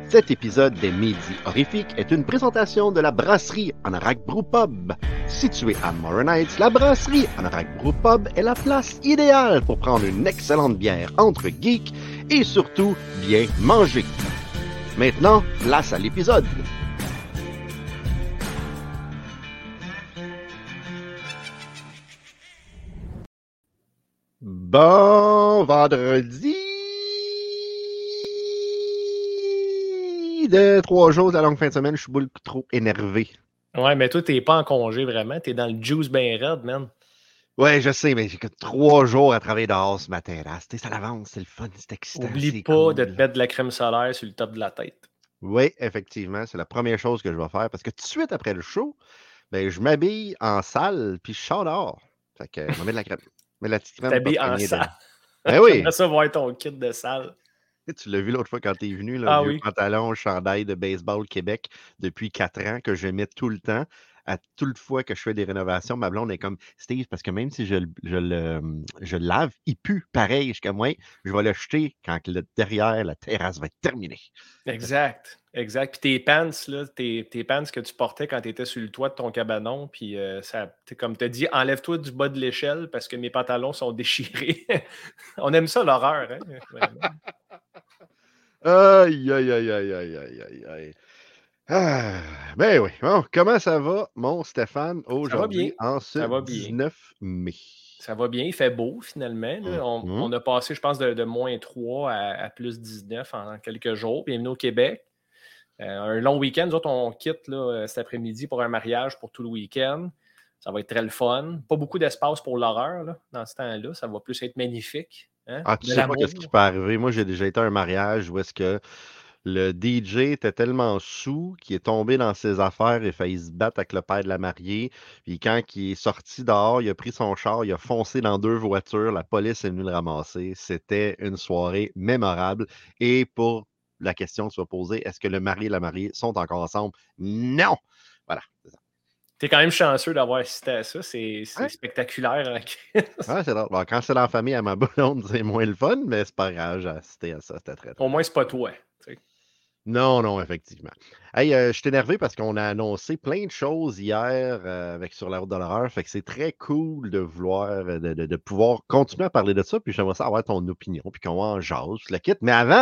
Cet épisode des Midis Horrifiques est une présentation de la brasserie Anorak Brew Pub. Située à Morin Heights, la brasserie Anorak Brew Pub est la place idéale pour prendre une excellente bière entre geeks et surtout bien manger. Maintenant, place à l'épisode. Bon vendredi de 3 jours de la longue fin de semaine, je suis beaucoup trop énervé. Ouais, mais toi, t'es pas en congé vraiment, t'es dans le juice ben raide, man. Ouais, je sais, mais j'ai que 3 jours à travailler dehors ce matin. Là. Ça l'avance, c'est le fun, c'est excitant. Oublie pas cool. de te mettre de la crème solaire sur le top de la tête. Oui, effectivement, c'est la première chose que je vais faire parce que tout de suite après le show, ben, je m'habille en salle puis je sors dehors. Fait que je vais mettre de la crème. Mais la petite crème. T'habilles en salle. Ben oui. J'aimerais ça voir ton kit de salle. Tu l'as vu l'autre fois quand t'es venu, là, oui. Pantalon, chandail de baseball Québec depuis 4 ans que je mets tout le temps. À toute fois que je fais des rénovations, ma blonde est comme Steve, parce que même si je le lave, il pue pareil. Je suis comme, ouais, je vais le jeter quand derrière la terrasse va être terminée. Exact. Puis tes pants, là, tes pants que tu portais quand tu étais sur le toit de ton cabanon, puis comme tu as dit, enlève-toi du bas de l'échelle parce que mes pantalons sont déchirés. On aime ça, l'horreur, hein? Aïe, aïe, aïe, aïe, aïe, aïe, aïe. Ah, ben oui. Bon, comment ça va, mon Stéphane, aujourd'hui, en ce 19 mai? Ça va bien, il fait beau, finalement. Là. On a passé, je pense, de moins 3 à plus 19 en quelques jours. Bienvenue au Québec. Un long week-end. Nous autres, on quitte là, cet après-midi pour un mariage pour tout le week-end. Ça va être très le fun. Pas beaucoup d'espace pour l'horreur là, dans ce temps-là. Ça va plus être magnifique. Hein? Ah, tu sais pas ce qui peut arriver. Moi, j'ai déjà été à un mariage où est-ce que le DJ était tellement saoul qu'il est tombé dans ses affaires et failli se battre avec le père de la mariée. Puis quand il est sorti dehors, il a pris son char, il a foncé dans 2 voitures. La police est venue le ramasser. C'était une soirée mémorable. Et pour la question que tu vas poser, est-ce que le marié et la mariée sont encore ensemble? Non! Voilà, c'est ça. T'es quand même chanceux d'avoir assisté à ça. C'est spectaculaire. Ouais, c'est drôle. Bon, quand c'est dans la famille à ma blonde, c'est moins le fun, mais c'est pas grave, j'ai assisté à ça. C'était très, très Au moins, c'est pas toi. T'sais. Non, effectivement. Hey, je suis énervé parce qu'on a annoncé plein de choses hier avec Sur la route de l'horreur. Fait que c'est très cool de vouloir, de pouvoir continuer à parler de ça. Puis j'aimerais ça avoir ton opinion, puis qu'on en jase, je la quitte. Mais avant,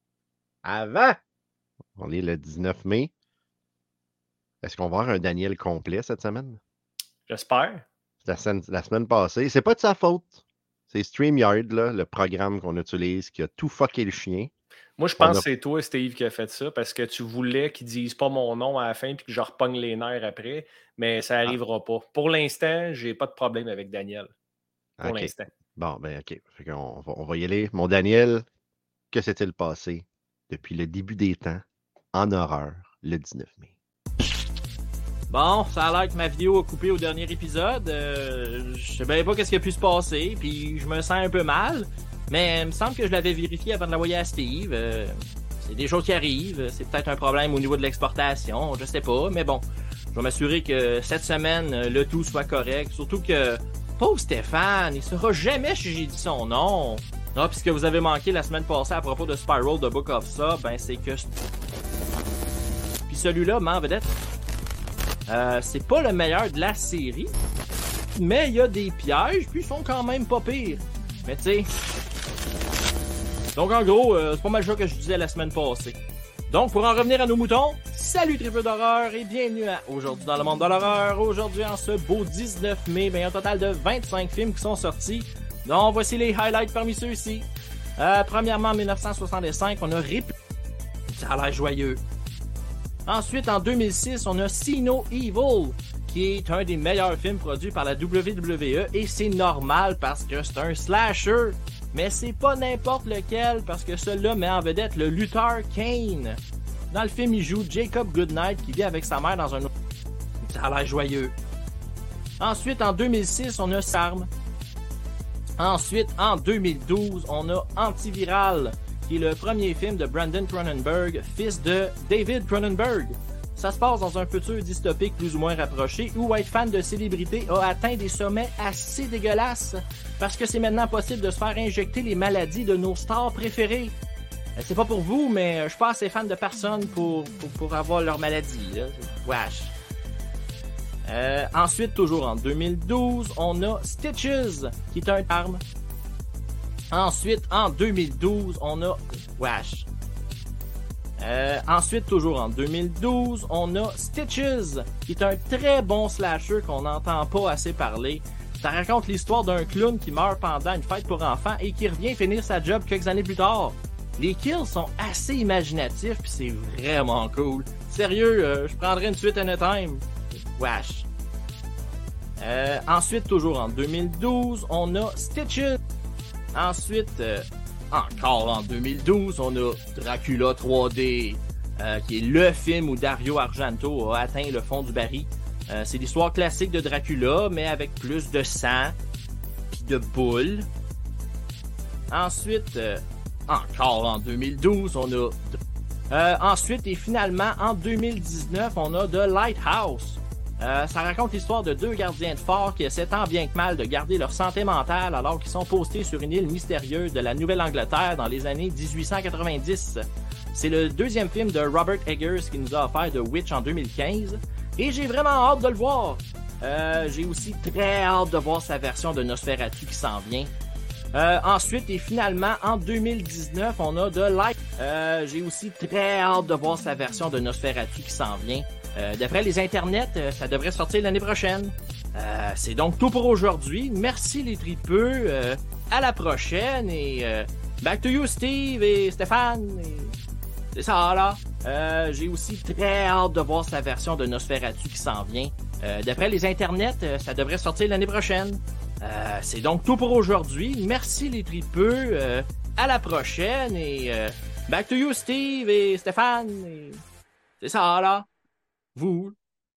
on est le 19 mai. Est-ce qu'on va avoir un Daniel complet cette semaine? J'espère. La semaine passée. C'est pas de sa faute. C'est StreamYard, là, le programme qu'on utilise, qui a tout fucké le chien. Moi, je pense que c'est toi, Steve, qui a fait ça parce que tu voulais qu'ils disent pas mon nom à la fin et que je repogne les nerfs après, mais ça n'arrivera pas. Pour l'instant, j'ai pas de problème avec Daniel. Pour l'instant. Bon, ben OK. Fait on va y aller. Mon Daniel, que s'est-il passé depuis le début des temps en horreur le 19 mai? Bon, ça a l'air que ma vidéo a coupé au dernier épisode. Je sais bien pas qu'est-ce qui a pu se passer, puis je me sens un peu mal. Mais il me semble que je l'avais vérifié avant de l'envoyer à Steve. C'est des choses qui arrivent. C'est peut-être un problème au niveau de l'exportation, je sais pas. Mais bon, je vais m'assurer que cette semaine, le tout soit correct. Surtout que, pauvre Stéphane, il saura jamais si j'ai dit son nom. Ah, puis ce que vous avez manqué la semaine passée à propos de Spiral de Book of Saw, ben c'est que... Puis celui-là, en vedette, c'est pas le meilleur de la série. Mais il y a des pièges, puis ils sont quand même pas pires. Mais tu sais... Donc en gros, c'est pas mal ça que je disais la semaine passée. Donc pour en revenir à nos moutons, salut tripeux d'horreur et bienvenue à Aujourd'hui dans le monde de l'horreur. Aujourd'hui en ce beau 19 mai, il y a un total de 25 films qui sont sortis. Donc voici les highlights parmi ceux-ci. Premièrement en 1965, on a Rip. Ça a l'air joyeux. Ensuite en 2006, on a See No Evil, qui est un des meilleurs films produits par la WWE et c'est normal parce que c'est un slasher. Mais c'est pas n'importe lequel parce que celui-là met en vedette le lutteur Kane. Dans le film, il joue Jacob Goodnight qui vit avec sa mère dans un... Ça a l'air joyeux. Ensuite, en 2006, on a Sarm. Ensuite, en 2012, on a Antiviral, qui est le premier film de Brandon Cronenberg, fils de David Cronenberg. Ça se passe dans un futur dystopique plus ou moins rapproché où être fan de célébrité a atteint des sommets assez dégueulasses parce que c'est maintenant possible de se faire injecter les maladies de nos stars préférées. C'est pas pour vous, mais je suis pas assez fan de personne pour avoir leur maladie. Là. Wesh. Ensuite, toujours en 2012, on a Stitches, qui est un arme. Ensuite, en 2012, on a... Wesh. Ensuite, toujours en 2012, on a Stitches, qui est un très bon slasher qu'on n'entend pas assez parler. Ça raconte l'histoire d'un clown qui meurt pendant une fête pour enfants et qui revient finir sa job quelques années plus tard. Les kills sont assez imaginatifs pis c'est vraiment cool. Sérieux, je prendrais une suite anytime. Wesh. Ensuite, toujours en 2012, on a Stitches. Ensuite, encore en 2012, on a Dracula 3D, qui est le film où Dario Argento a atteint le fond du baril. C'est l'histoire classique de Dracula, mais avec plus de sang pis de boules. Ensuite, encore en 2012, on a... ensuite, et finalement, en 2019, on a The Lighthouse. Ça raconte l'histoire de deux gardiens de fort qui essaient tant bien que mal de garder leur santé mentale alors qu'ils sont postés sur une île mystérieuse de la Nouvelle-Angleterre dans les années 1890. C'est le deuxième film de Robert Eggers qui nous a offert The Witch en 2015 et j'ai vraiment hâte de le voir. J'ai aussi très hâte de voir sa version de Nosferatu qui s'en vient. Ensuite, et finalement, en 2019, on a The Light. J'ai aussi très hâte de voir sa version de Nosferatu qui s'en vient. D'après les internets, ça devrait sortir l'année prochaine. C'est donc tout pour aujourd'hui. Merci les tripeux. À la prochaine et back to you Steve et Stéphane. Et... C'est ça là. J'ai aussi très hâte de voir sa version de Nosferatu qui s'en vient. D'après les internets, ça devrait sortir l'année prochaine. C'est donc tout pour aujourd'hui. Merci les tripeux. À la prochaine et back to you Steve et Stéphane. Et... C'est ça là. Vous.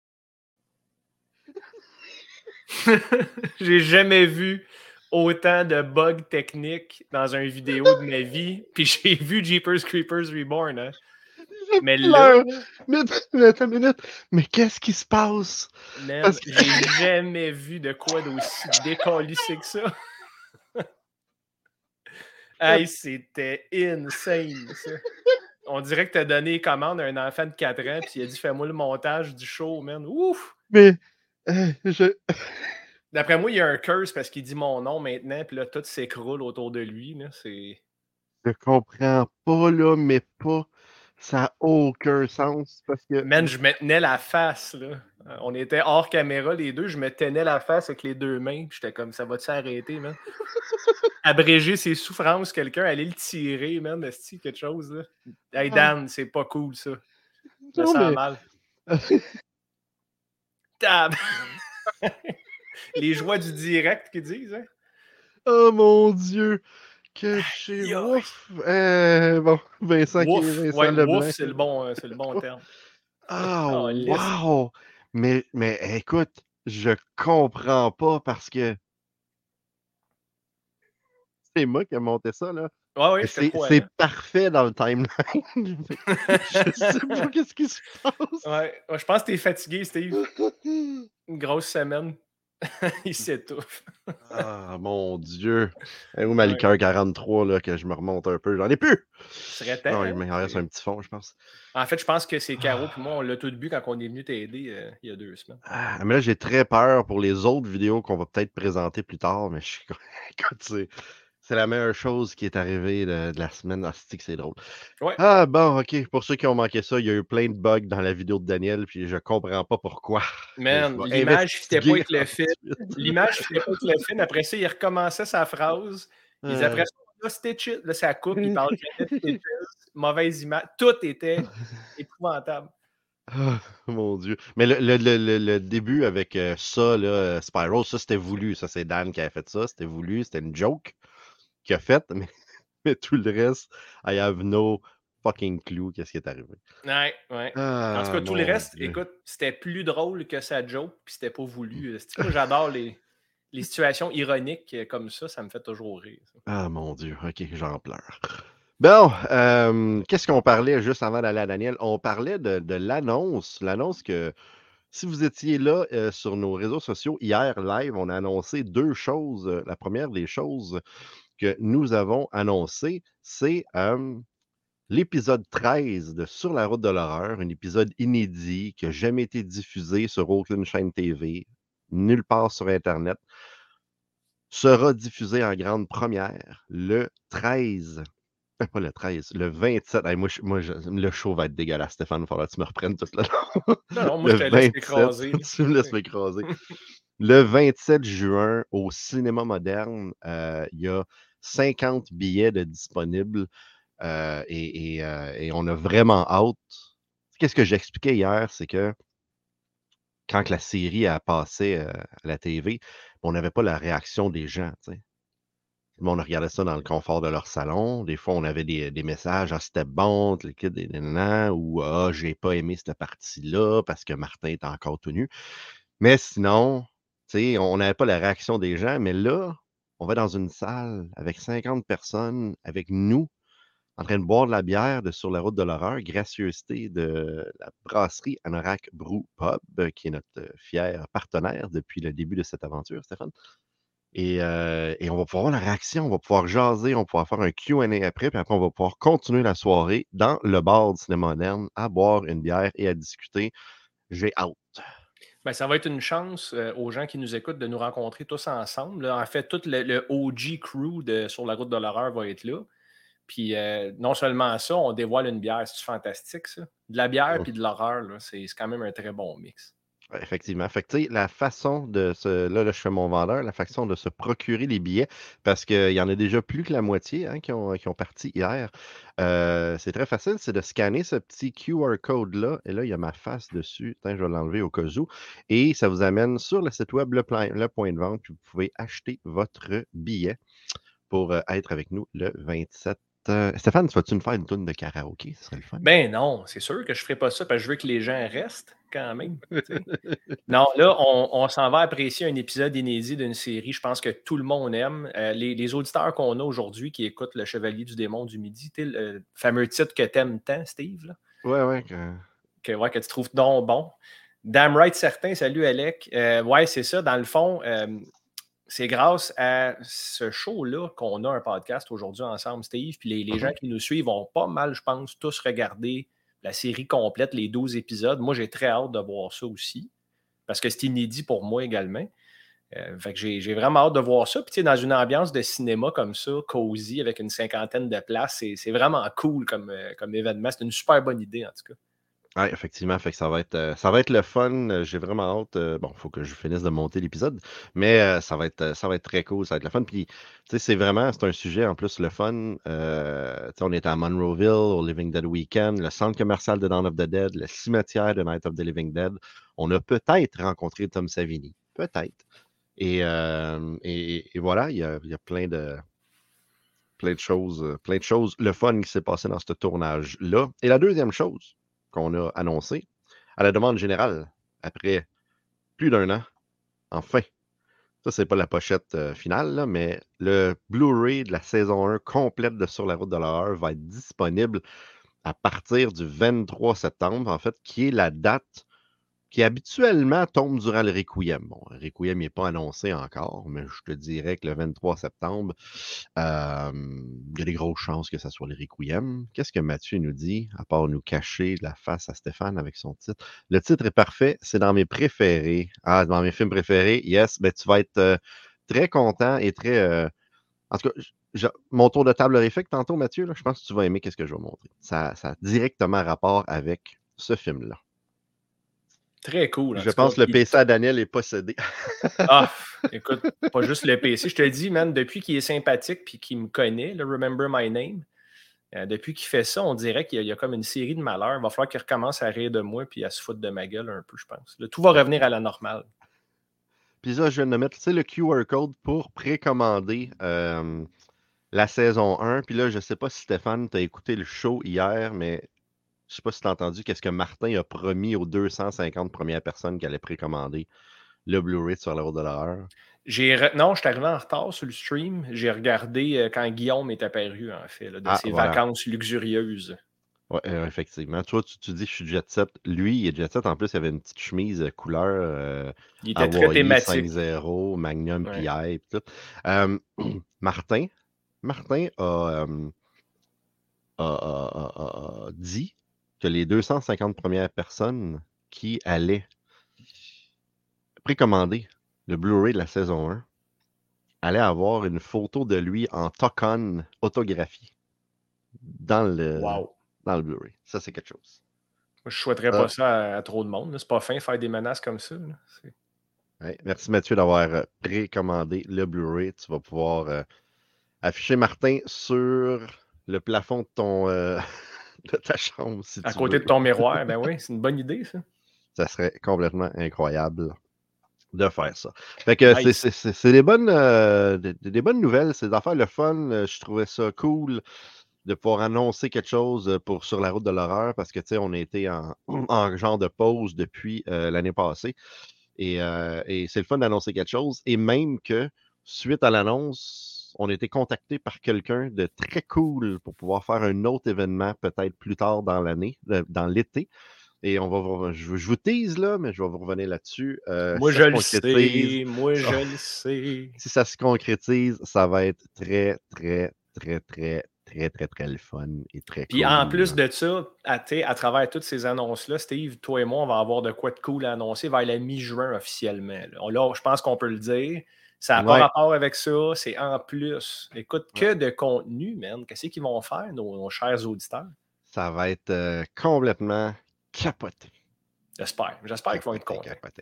J'ai jamais vu autant de bugs techniques dans une vidéo de ma vie. Puis j'ai vu Jeepers Creepers Reborn. Hein. Mais là... Mais attends une minute. Mais qu'est-ce qui se passe? Man, que... j'ai jamais vu de quoi d'aussi décalissé que ça. Hey, c'était insane, ça. On dirait que tu as donné commande à un enfant de 4 ans puis il a dit fais-moi le montage du show, man. Ouf! Mais d'après moi, il y a un curse parce qu'il dit mon nom maintenant, puis là, tout s'écroule autour de lui. Là. C'est... Je comprends pas, là, mais pas. Ça n'a aucun sens parce que. Man, je me tenais la face, là. On était hors caméra, les deux. Je me tenais la face avec les deux mains. J'étais comme, ça va-tu arrêter, man? Abréger ses souffrances, quelqu'un, aller le tirer, man, esti, quelque chose, là. Hey, Dan, c'est pas cool, ça. Je me sens mal. Tab! Les joies du direct qu'ils disent, hein? Oh mon Dieu! Que chez ouf! Bon, Vincent Wouf, qui est Vincent ouais, Leblanc. Wouf, c'est le bon terme. Oh, wow! Mais écoute, je comprends pas parce que c'est moi qui ai monté ça, là. Ouais, c'est parfait dans le timeline. Je sais pas qu'est-ce qui se passe. Ouais, je pense que t'es fatigué, Steve. Une grosse semaine. Il s'étouffe. Ah, mon Dieu. Où ma liqueur 43, là, que je me remonte un peu? J'en ai plus! Ce serait temps, non, il en reste un petit fond, je pense. En fait, je pense que c'est Caro puis moi, on l'a tout bu quand on est venu t'aider il y a 2 semaines. Mais là, j'ai très peur pour les autres vidéos qu'on va peut-être présenter plus tard, mais écoute, c'est la meilleure chose qui est arrivée de la semaine. Ah, c'est drôle. Ouais. Ah, bon, OK. Pour ceux qui ont manqué ça, il y a eu plein de bugs dans la vidéo de Daniel, puis je comprends pas pourquoi. Man, l'image fitait pas avec le film. L'image fitait pas avec le film. Après ça, il recommençait sa phrase. Puis après ça, là, Stitches, là, ça coupe, il parle de Stitches, mauvaise image. Tout était épouvantable. Oh, mon Dieu. Mais le début avec ça, là, Spyro, ça, c'était voulu. Ça, c'est Dan qui a fait ça. C'était voulu. C'était une joke qu'il a faite. Mais tout le reste, I have no fucking clue qu'est-ce qui est arrivé. Ouais. En tout cas, tout le reste, écoute, c'était plus drôle que sa joke, puis c'était pas voulu. Moi, j'adore les situations ironiques comme ça me fait toujours rire. Ça. Ah, mon Dieu. OK, j'en pleure. Bon, qu'est-ce qu'on parlait juste avant d'aller à Daniel? On parlait de l'annonce. L'annonce que, si vous étiez là sur nos réseaux sociaux, hier, live, on a annoncé 2 choses. La première des choses que nous avons annoncées, c'est l'épisode 13 de Sur la route de l'horreur, un épisode inédit qui n'a jamais été diffusé sur aucune chaîne TV, nulle part sur Internet, sera diffusé en grande première le 13. Pas le 13, le 27. Hey, le show va être dégueulasse, Stéphane. Il va falloir que tu me reprennes tout le long. Non, moi, je te laisse m'écraser. Tu me laisses m'écraser. Le 27 juin, au Cinéma Moderne, il y a 50 billets de disponibles et on a vraiment hâte. Qu'est-ce que j'expliquais hier, c'est que quand la série a passé à la TV, on n'avait pas la réaction des gens, tu sais. On regardait ça dans le confort de leur salon. Des fois, on avait des messages, ah, c'était bon, le kid, ou ah, j'ai pas aimé cette partie-là parce que Martin est encore tout nu. Mais sinon, tu sais, on n'avait pas la réaction des gens. Mais là, on va dans une salle avec 50 personnes, avec nous, en train de boire de la bière Sur la route de l'horreur, gracieuseté de la brasserie Anorak Brew Pub, qui est notre fier partenaire depuis le début de cette aventure, Stéphane. Et on va pouvoir voir la réaction, on va pouvoir jaser, on va pouvoir faire un Q&A après, puis après, on va pouvoir continuer la soirée dans le bar du Cinéma Moderne à boire une bière et à discuter. J'ai hâte. Ben, ça va être une chance aux gens qui nous écoutent de nous rencontrer tous ensemble. Là. En fait, tout le OG crew de Sur la route de l'horreur va être là. Puis non seulement ça, on dévoile une bière. C'est fantastique, ça. De la bière puis de l'horreur, là, c'est quand même un très bon mix. Ouais, effectivement. Fait que, tu sais, la façon de se. Là, je fais mon vendeur, la façon de se procurer les billets, parce qu'il y en a déjà plus que la moitié hein, qui ont parti hier. C'est très facile, c'est de scanner ce petit QR code-là. Et là, il y a ma face dessus. Attends, je vais l'enlever au cas où. Et ça vous amène sur le site web, le point de vente, puis vous pouvez acheter votre billet pour être avec nous le 27. Stéphane, vas-tu nous faire une tourne de karaoké? Ce serait le fun. Ben non, c'est sûr que je ne ferai pas ça parce que je veux que les gens restent quand même. Non, là, on s'en va apprécier un épisode inédit d'une série, je pense que tout le monde aime. Les auditeurs qu'on a aujourd'hui qui écoutent Le Chevalier du Démon du Midi, le fameux titre que t'aimes tant, Steve. Là. Ouais. Que tu trouves donc bon. Damn right, certain. Salut, Alec. Ouais, c'est ça. Dans le fond, c'est grâce à ce show-là qu'on a un podcast aujourd'hui ensemble, Steve. Puis les gens qui nous suivent vont pas mal, je pense, tous regarder la série complète, les 12 épisodes. Moi, j'ai très hâte de voir ça aussi, parce que c'est inédit pour moi également. Fait que j'ai vraiment hâte de voir ça. Puis, tu sais, dans une ambiance de cinéma comme ça, cosy, avec une 50aine de places, c'est vraiment cool comme événement. C'est une super bonne idée, en tout cas. Oui, effectivement, fait que ça va être le fun. J'ai vraiment hâte. Bon, il faut que je finisse de monter l'épisode, mais ça va être très cool, ça va être le fun. Puis, tu sais, c'est un sujet en plus le fun. Tu sais, on est à Monroeville, au Living Dead Weekend, le centre commercial de Dawn of the Dead, le cimetière de Night of the Living Dead. On a peut-être rencontré Tom Savini, peut-être. Et voilà, il y a plein de choses, le fun qui s'est passé dans ce tournage-là. Et la deuxième chose qu'on a annoncé à la demande générale après plus d'1 an. Enfin, ça, c'est pas la pochette finale, là, mais le Blu-ray de la saison 1 complète de Sur la route de l'horreur va être disponible à partir du 23 septembre, en fait, qui est la date qui habituellement tombe durant le Requiem. Bon, le Requiem n'est pas annoncé encore, mais je te dirais que le 23 septembre, il y a des grosses chances que ça soit le Requiem. Qu'est-ce que Mathieu nous dit, à part nous cacher la face à Stéphane avec son titre? Le titre est parfait, c'est dans mes préférés. Ah, dans mes films préférés, yes, ben, tu vas être très content et très... En tout cas, mon tour de table horrifique tantôt, Mathieu, là, je pense que tu vas aimer ce que je vais montrer. Ça a directement rapport avec ce film-là. Très cool. Je pense que le PC à Daniel est possédé. Ah, écoute, pas juste le PC. Je te dis, man, depuis qu'il est sympathique et qu'il me connaît, le Remember My Name, depuis qu'il fait ça, on dirait qu'il y a comme une série de malheurs. Il va falloir qu'il recommence à rire de moi et à se foutre de ma gueule un peu, je pense. Tout va revenir à la normale. Puis là, je viens de mettre le QR code pour précommander la saison 1. Puis là, je ne sais pas si Stéphane, tu as écouté le show hier, mais je ne sais pas si tu as entendu qu'est-ce que Martin a promis aux 250 premières personnes qui allaient précommander le Blu-ray Sur la route de l'horreur. Non, je suis arrivé en retard sur le stream. J'ai regardé quand Guillaume est apparu, en fait, là, de ses vacances luxurieuses. Oui, effectivement. Toi, tu dis que je suis jet set. Lui, il est jet set. En plus, il avait une petite chemise couleur il était très thématique. 5-0, Magnum PI et tout. Martin a... a dit que les 250 premières personnes qui allaient précommander le Blu-ray de la saison 1 allaient avoir une photo de lui en token autographiée dans le Blu-ray. Ça, c'est quelque chose. Moi, je ne souhaiterais pas ça à trop de monde. C'est pas fin de faire des menaces comme ça. Ouais, merci Mathieu d'avoir précommandé le Blu-ray. Tu vas pouvoir afficher Martin sur le plafond de ta chambre. Si à côté de ton miroir, ben oui, c'est une bonne idée, ça. Ça serait complètement incroyable de faire ça. Fait que c'est des bonnes nouvelles, c'est des affaires le fun. Je trouvais ça cool de pouvoir annoncer quelque chose pour Sur la route de l'horreur parce que, tu sais, on a été en genre de pause depuis l'année passée. Et c'est le fun d'annoncer quelque chose. Et même que, suite à l'annonce, on a été contacté par quelqu'un de très cool pour pouvoir faire un autre événement peut-être plus tard dans l'année, dans l'été. Et je vous tease là, mais je vais vous revenir là-dessus. Moi, je le sais. Moi, je le sais. Si ça se concrétise, ça va être très, très, très, très, très, très, très le fun et très Puis cool. en plus de ça, à travers toutes ces annonces-là, Steve, toi et moi, on va avoir de quoi de cool à annoncer vers la mi-juin officiellement. Là, je pense qu'on peut le dire. Ça n'a pas rapport avec ça. C'est en plus. Écoute, que de contenu, man. Qu'est-ce qu'ils vont faire, nos chers auditeurs? Ça va être complètement capoté. J'espère qu'ils vont être contents. Capoté.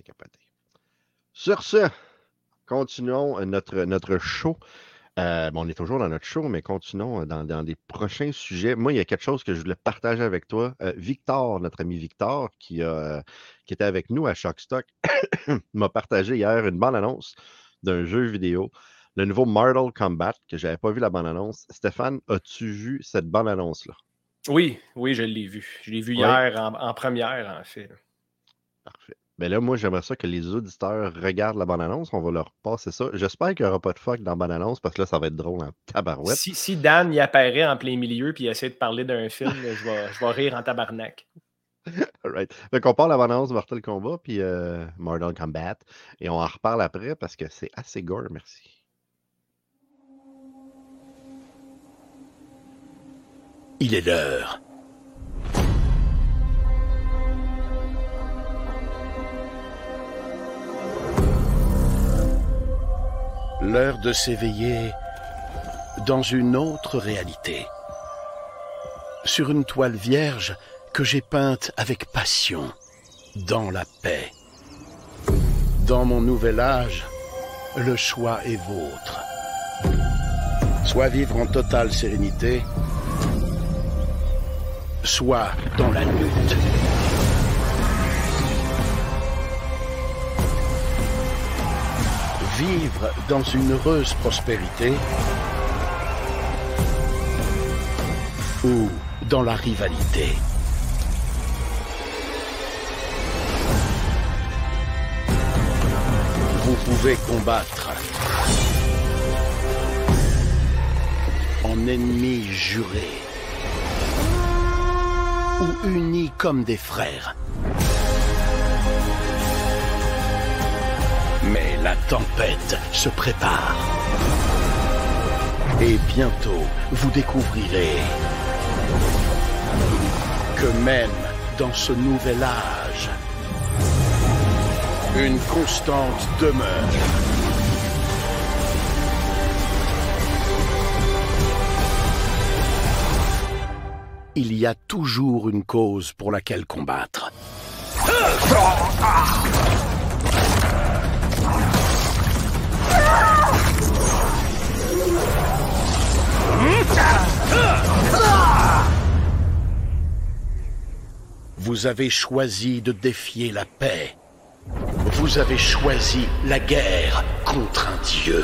Sur ce, continuons notre show. On est toujours dans notre show, mais continuons dans des prochains sujets. Moi, il y a quelque chose que je voulais partager avec toi. Victor, notre ami Victor, qui était avec nous à Shockstock, m'a partagé hier une bande-annonce d'un jeu vidéo, le nouveau Mortal Kombat, que je n'avais pas vu la bande-annonce. Stéphane, as-tu vu cette bande-annonce-là? Oui, je l'ai vu. Je l'ai vu hier en première, en fait. Parfait. Mais là, moi, j'aimerais ça que les auditeurs regardent la bande-annonce. On va leur passer ça. J'espère qu'il n'y aura pas de fuck dans la bande-annonce parce que là, ça va être drôle en tabarouette. Si Dan y apparaît en plein milieu et essaie de parler d'un film, je vais rire en tabarnak. Right. Fait qu'on parle de la bande-annonce Mortal Kombat puis Mortal Kombat et on en reparle après parce que c'est assez gore. Merci. Il est l'heure. L'heure de s'éveiller dans une autre réalité. Sur une toile vierge que j'ai peinte avec passion, dans la paix. Dans mon nouvel âge, le choix est vôtre. Soit vivre en totale sérénité, soit dans la lutte. Vivre dans une heureuse prospérité ou dans la rivalité. Vous pouvez combattre en ennemis jurés ou unis comme des frères. Mais la tempête se prépare. Et bientôt, vous découvrirez que même dans ce nouvel âge, une constante demeure. Il y a toujours une cause pour laquelle combattre. Vous avez choisi de défier la paix. Vous avez choisi la guerre contre un dieu.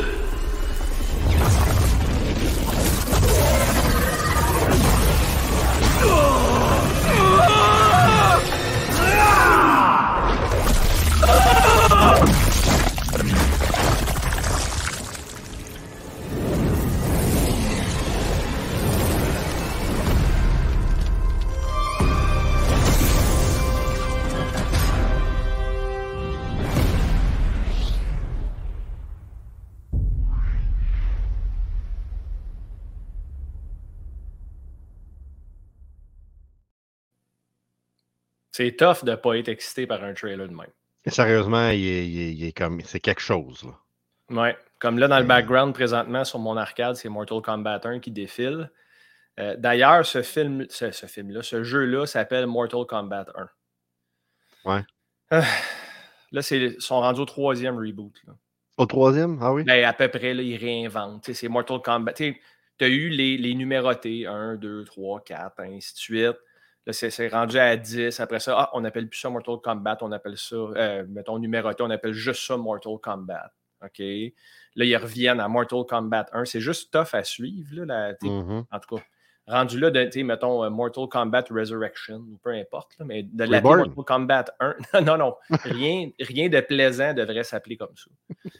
C'est tough de ne pas être excité par un trailer de même. Et sérieusement, il est comme. C'est quelque chose, là. Ouais. Comme là, dans le background, présentement, sur mon arcade, c'est Mortal Kombat 1 qui défile. D'ailleurs, ce film-là, ce jeu-là s'appelle Mortal Kombat 1. Ouais. Là, ils sont rendus au 3e reboot. Là. Au 3e? Ah oui? Ben, à peu près, là, ils réinventent. C'est Mortal Kombat. Tu as eu les numérotés 1, 2, 3, 4, ainsi de suite. Là, c'est rendu à 10. Après ça, on n'appelle plus ça Mortal Kombat, on appelle ça, mettons, numéroté, on appelle juste ça Mortal Kombat. OK? Là, ils reviennent à Mortal Kombat 1. C'est juste tough à suivre. Là, en tout cas, rendu là, mettons, Mortal Kombat Resurrection, ou peu importe, là, mais de l'appeler Mortal Kombat 1, non, rien de plaisant devrait s'appeler comme ça.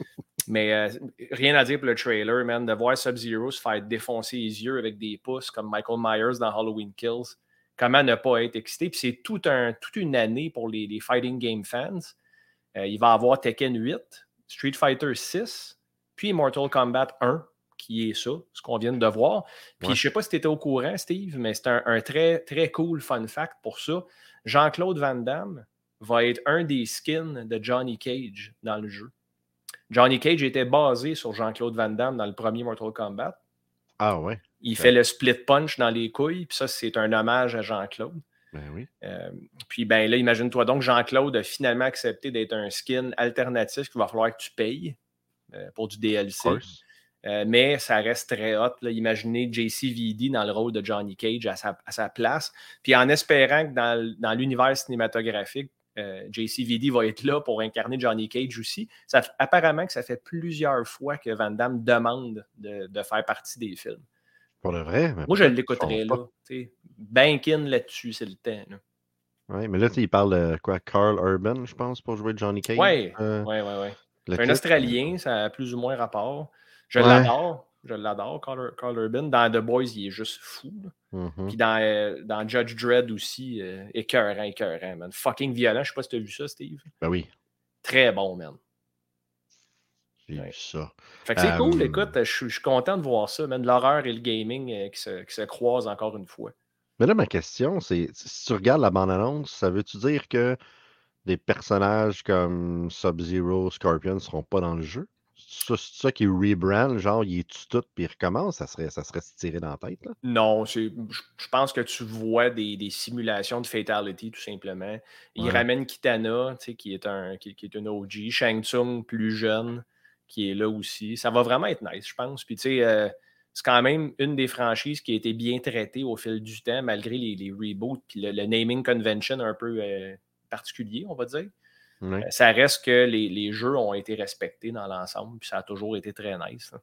Mais rien à dire pour le trailer, man. De voir Sub-Zero se faire défoncer les yeux avec des pouces comme Michael Myers dans Halloween Kills. Comment ne pas être excité? Puis c'est toute une année pour les fighting game fans. Il va y avoir Tekken 8, Street Fighter 6, puis Mortal Kombat 1, qui est ça, ce qu'on vient de voir. Puis je ne sais pas si tu étais au courant, Steve, mais c'est un très, très cool fun fact pour ça. Jean-Claude Van Damme va être un des skins de Johnny Cage dans le jeu. Johnny Cage était basé sur Jean-Claude Van Damme dans le premier Mortal Kombat. Ah ouais. Il fait le split punch dans les couilles, puis ça, c'est un hommage à Jean-Claude. Ben oui. Puis ben là, imagine-toi donc, Jean-Claude a finalement accepté d'être un skin alternatif qu'il va falloir que tu payes pour du DLC. Mais ça reste très hot. Là. Imaginez JCVD dans le rôle de Johnny Cage à sa place. Puis en espérant que dans l'univers cinématographique, JCVD va être là pour incarner Johnny Cage aussi. Apparemment que ça fait plusieurs fois que Van Damme demande de faire partie des films. Pour le vrai? Moi, je l'écouterais là. Bank in là-dessus, c'est le temps. Oui, mais là, il parle de quoi? Carl Urban, je pense, pour jouer Johnny Cage. Oui. C'est un Australien, ça a plus ou moins rapport. Je l'adore, Carl Urban. Dans The Boys, il est juste fou. Puis dans Judge Dredd aussi, écœurant, man. Fucking violent. Je sais pas si tu as vu ça, Steve. Ben oui. Très bon, man. J'ai vu ça. Fait que c'est cool, écoute, je suis content de voir ça, man. L'horreur et le gaming qui se croisent encore une fois. Mais là, ma question, c'est, si tu regardes la bande-annonce, ça veut-tu dire que des personnages comme Sub-Zero, Scorpion ne seront pas dans le jeu? C'est ça qui rebrand, genre, il est tout puis il recommence, ça serait se tirer dans la tête, là? Non, je pense que tu vois des simulations de Fatality, tout simplement. Il ramène Kitana, qui est une OG, Shang Tsung, plus jeune, qui est là aussi. Ça va vraiment être nice, je pense. Puis, tu sais, c'est quand même une des franchises qui a été bien traitée au fil du temps, malgré les reboots, puis le naming convention un peu particulier, on va dire. Ça reste que les jeux ont été respectés dans l'ensemble, puis ça a toujours été très nice.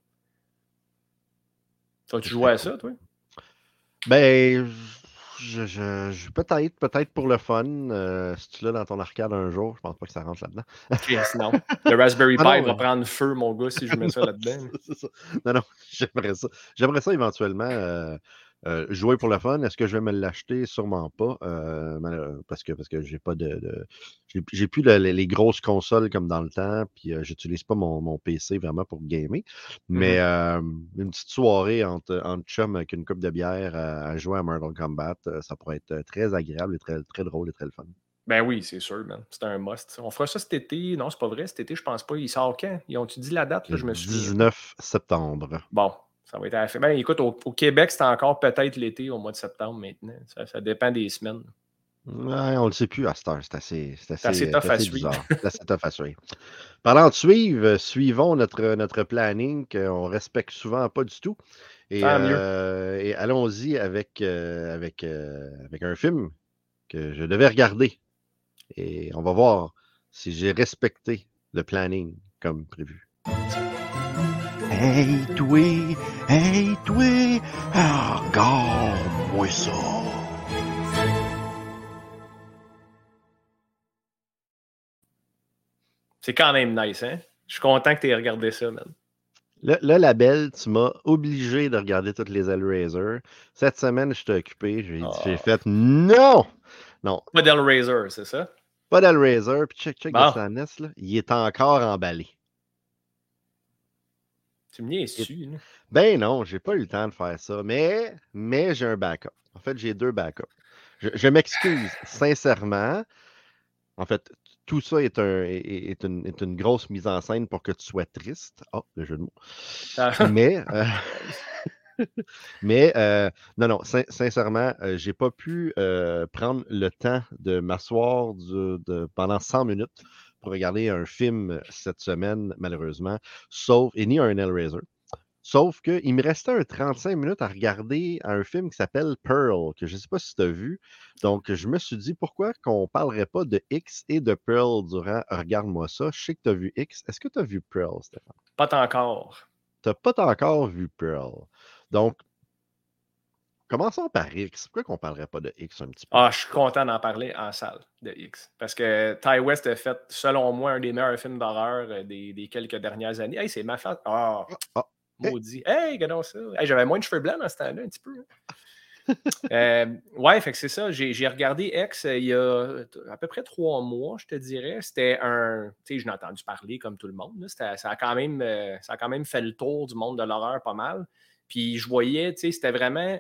Tu joues à ça, toi? Ben, peut-être pour le fun. Si tu l'as dans ton arcade un jour, je pense pas que ça rentre là-dedans. Yes, non. Le Raspberry Pi va prendre feu, mon gars, si je mets ça là-dedans. C'est ça. Non, j'aimerais ça. J'aimerais ça éventuellement jouer pour le fun. Est-ce que je vais me l'acheter? Sûrement pas. Parce que j'ai pas j'ai plus les grosses consoles comme dans le temps. Puis j'utilise pas mon PC vraiment pour gamer. Mais une petite soirée entre chums avec une coupe de bière à jouer à Mortal Kombat, ça pourrait être très agréable et très, très drôle et très le fun. Ben oui, c'est sûr, man. C'est un must. On fera ça cet été. Non, c'est pas vrai. Cet été, je pense pas. Il sort quand? Ils ont-tu dit la date? Là, je me souviens. 19 septembre. Bon, ça va être à la fin. Ben écoute, au Québec, c'est encore peut-être l'été au mois de septembre maintenant. Ça dépend des semaines. Ouais, on le sait plus à cette heure. C'est assez tough à suivre. C'est assez tough à suivre. Parlant de suivre, suivons notre planning qu'on respecte souvent pas du tout. Et allons-y avec un film que je devais regarder. Et on va voir si j'ai respecté le planning comme prévu. Hey toi, regarde-moi ça. C'est quand même nice, hein? Je suis content que tu aies regardé ça, man. Le label, tu m'as obligé de regarder toutes les Hellraiser. Cette semaine, je t'ai occupé. J'ai fait non! Pas d'Hellraiser, c'est ça? Pas d'Hellraiser. Puis check de Sannes, là. Il est encore emballé. Tu me niaises dessus, là. Ben non, j'ai pas eu le temps de faire ça. Mais j'ai un backup. En fait, j'ai 2 backups. Je m'excuse sincèrement. En fait, tout ça est une grosse mise en scène pour que tu sois triste. Oh, le jeu de mots. Ah. Mais, non, non, sincèrement, j'ai pas pu prendre le temps de m'asseoir pendant 100 minutes pour regarder un film cette semaine, malheureusement, ni un Hellraiser. Sauf qu'il me restait un 35 minutes à regarder un film qui s'appelle Pearl, que je ne sais pas si tu as vu. Donc, je me suis dit, pourquoi qu'on ne parlerait pas de X et de Pearl durant Regarde-moi ça. Je sais que tu as vu X. Est-ce que tu as vu Pearl, Stéphane? Pas encore. Tu n'as pas encore vu Pearl. Donc, commençons par X. Pourquoi qu'on ne parlerait pas de X un petit peu? Ah, je suis content d'en parler en salle de X. Parce que Ty West a fait, selon moi, un des meilleurs films d'horreur des quelques dernières années. Hey, c'est ma fête. Ah, maudit. Hey, regardons ça. Hey, j'avais moins de cheveux blancs dans ce temps-là, un petit peu. Ouais, fait que c'est ça. J'ai regardé X il y a à peu près 3 mois, je te dirais. C'était un. Tu sais, je l'ai entendu parler comme tout le monde. Ça a quand même fait le tour du monde de l'horreur pas mal. Puis je voyais, tu sais, c'était vraiment